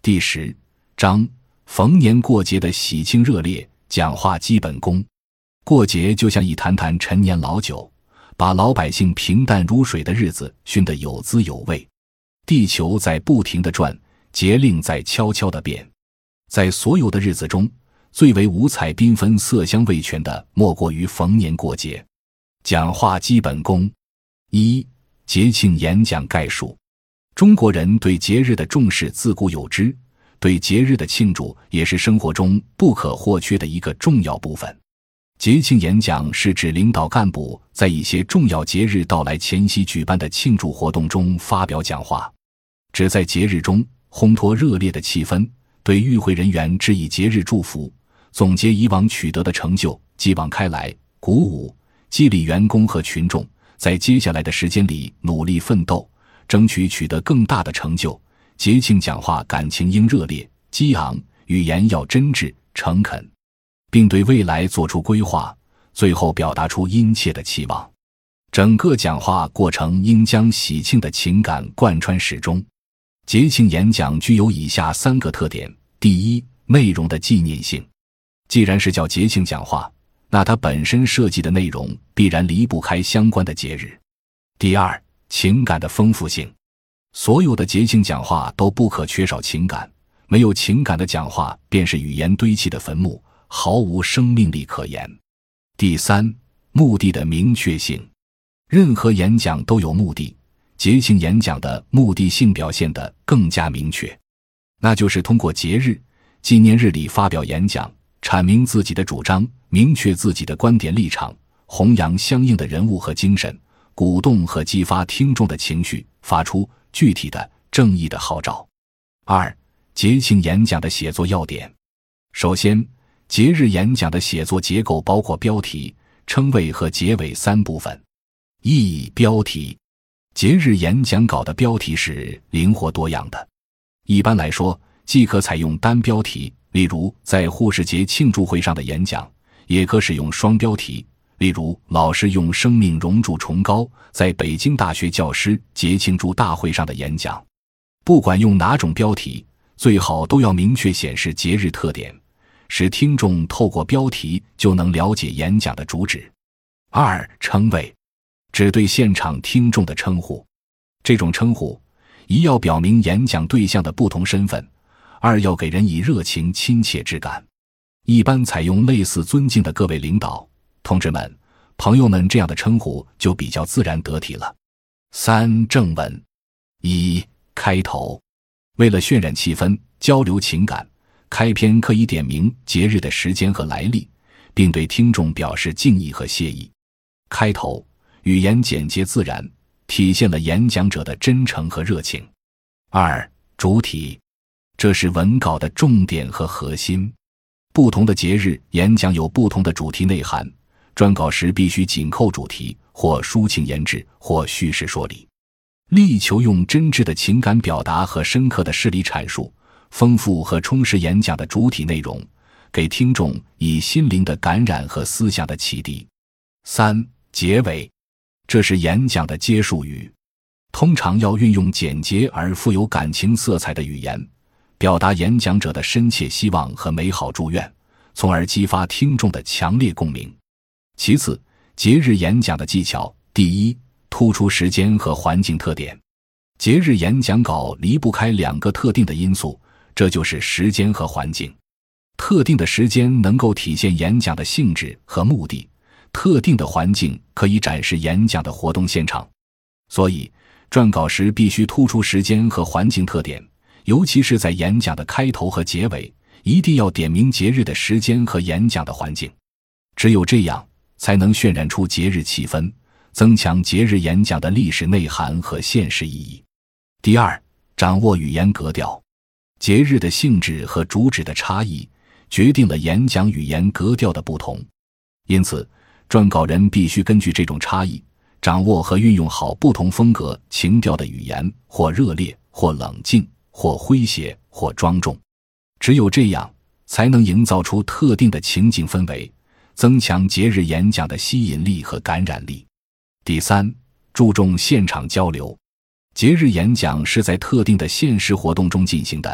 第10章逢年过节的喜庆热烈，讲话基本功。过节就像一坛坛陈年老酒，把老百姓平淡如水的日子熏得有滋有味。地球在不停地转，节令在悄悄地变。在所有的日子中，最为五彩缤纷、色香味全的，莫过于逢年过节。讲话基本功。1、节庆演讲概述。中国人对节日的重视自古有之，对节日的庆祝也是生活中不可或缺的一个重要部分。节庆演讲是指领导干部在一些重要节日到来前夕举办的庆祝活动中发表讲话，旨在节日中烘托热烈的气氛，对与会人员致以节日祝福，总结以往取得的成就，继往开来，鼓舞、激励员工和群众在接下来的时间里努力奋斗，争取取得更大的成就。节庆讲话感情应热烈、激昂，语言要真挚、诚恳，并对未来做出规划，最后表达出殷切的期望。整个讲话过程应将喜庆的情感贯穿始终。节庆演讲具有以下3个特点。第一，内容的纪念性。既然是叫节庆讲话，那它本身涉及的内容必然离不开相关的节日。第二，情感的丰富性。所有的节庆讲话都不可缺少情感，没有情感的讲话便是语言堆砌的坟墓，毫无生命力可言。第三，目的的明确性。任何演讲都有目的，节庆演讲的目的性表现得更加明确，那就是通过节日、纪念日里发表演讲，阐明自己的主张，明确自己的观点立场，弘扬相应的人物和精神，鼓动和激发听众的情绪，发出具体的正义的号召。2、节庆演讲的写作要点。首先，节日演讲的写作结构包括标题、称谓和结尾3部分。1、标题。节日演讲稿的标题是灵活多样的，一般来说，既可采用单标题，例如在护士节庆祝会上的演讲，也可使用双标题，例如老师用生命熔铸崇高，在北京大学教师节庆祝大会上的演讲。不管用哪种标题，最好都要明确显示节日特点，使听众透过标题就能了解演讲的主旨。2、称谓。指对现场听众的称呼，这种称呼一要表明演讲对象的不同身份，2要给人以热情亲切之感。一般采用类似尊敬的各位领导、同志们、朋友们这样的称呼就比较自然得体了。3、正文。1、开头。为了渲染气氛、交流情感，开篇可以点明节日的时间和来历，并对听众表示敬意和谢意。开头语言简洁自然，体现了演讲者的真诚和热情。2、主体。这是文稿的重点和核心。不同的节日演讲有不同的主题内涵，撰稿时必须紧扣主题，或抒情言志，或叙事说理，力求用真挚的情感表达和深刻的事理阐述，丰富和充实演讲的主体内容，给听众以心灵的感染和思想的启迪。3、结尾。这是演讲的结束语，通常要运用简洁而富有感情色彩的语言，表达演讲者的深切希望和美好祝愿，从而激发听众的强烈共鸣。其次，节日演讲的技巧。第一，突出时间和环境特点。节日演讲稿离不开2个特定的因素，这就是时间和环境。特定的时间能够体现演讲的性质和目的，特定的环境可以展示演讲的活动现场。所以，撰稿时必须突出时间和环境特点，尤其是在演讲的开头和结尾，一定要点明节日的时间和演讲的环境。只有这样，才能渲染出节日气氛，增强节日演讲的历史内涵和现实意义。第二，掌握语言格调。节日的性质和主旨的差异，决定了演讲语言格调的不同。因此，撰稿人必须根据这种差异，掌握和运用好不同风格、情调的语言，或热烈，或冷静，或诙谐，或庄重。只有这样，才能营造出特定的情景氛围，增强节日演讲的吸引力和感染力。第三，注重现场交流。节日演讲是在特定的现实活动中进行的，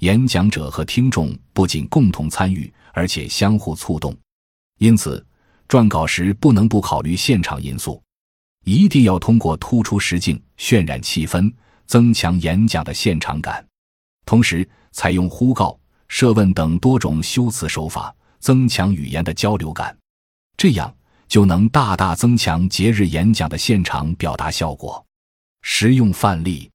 演讲者和听众不仅共同参与，而且相互促动。因此，撰稿时不能不考虑现场因素，一定要通过突出实境、渲染气氛，增强演讲的现场感。同时，采用呼告、设问等多种修辞手法，增强语言的交流感。这样就能大大增强节日演讲的现场表达效果。实用范例：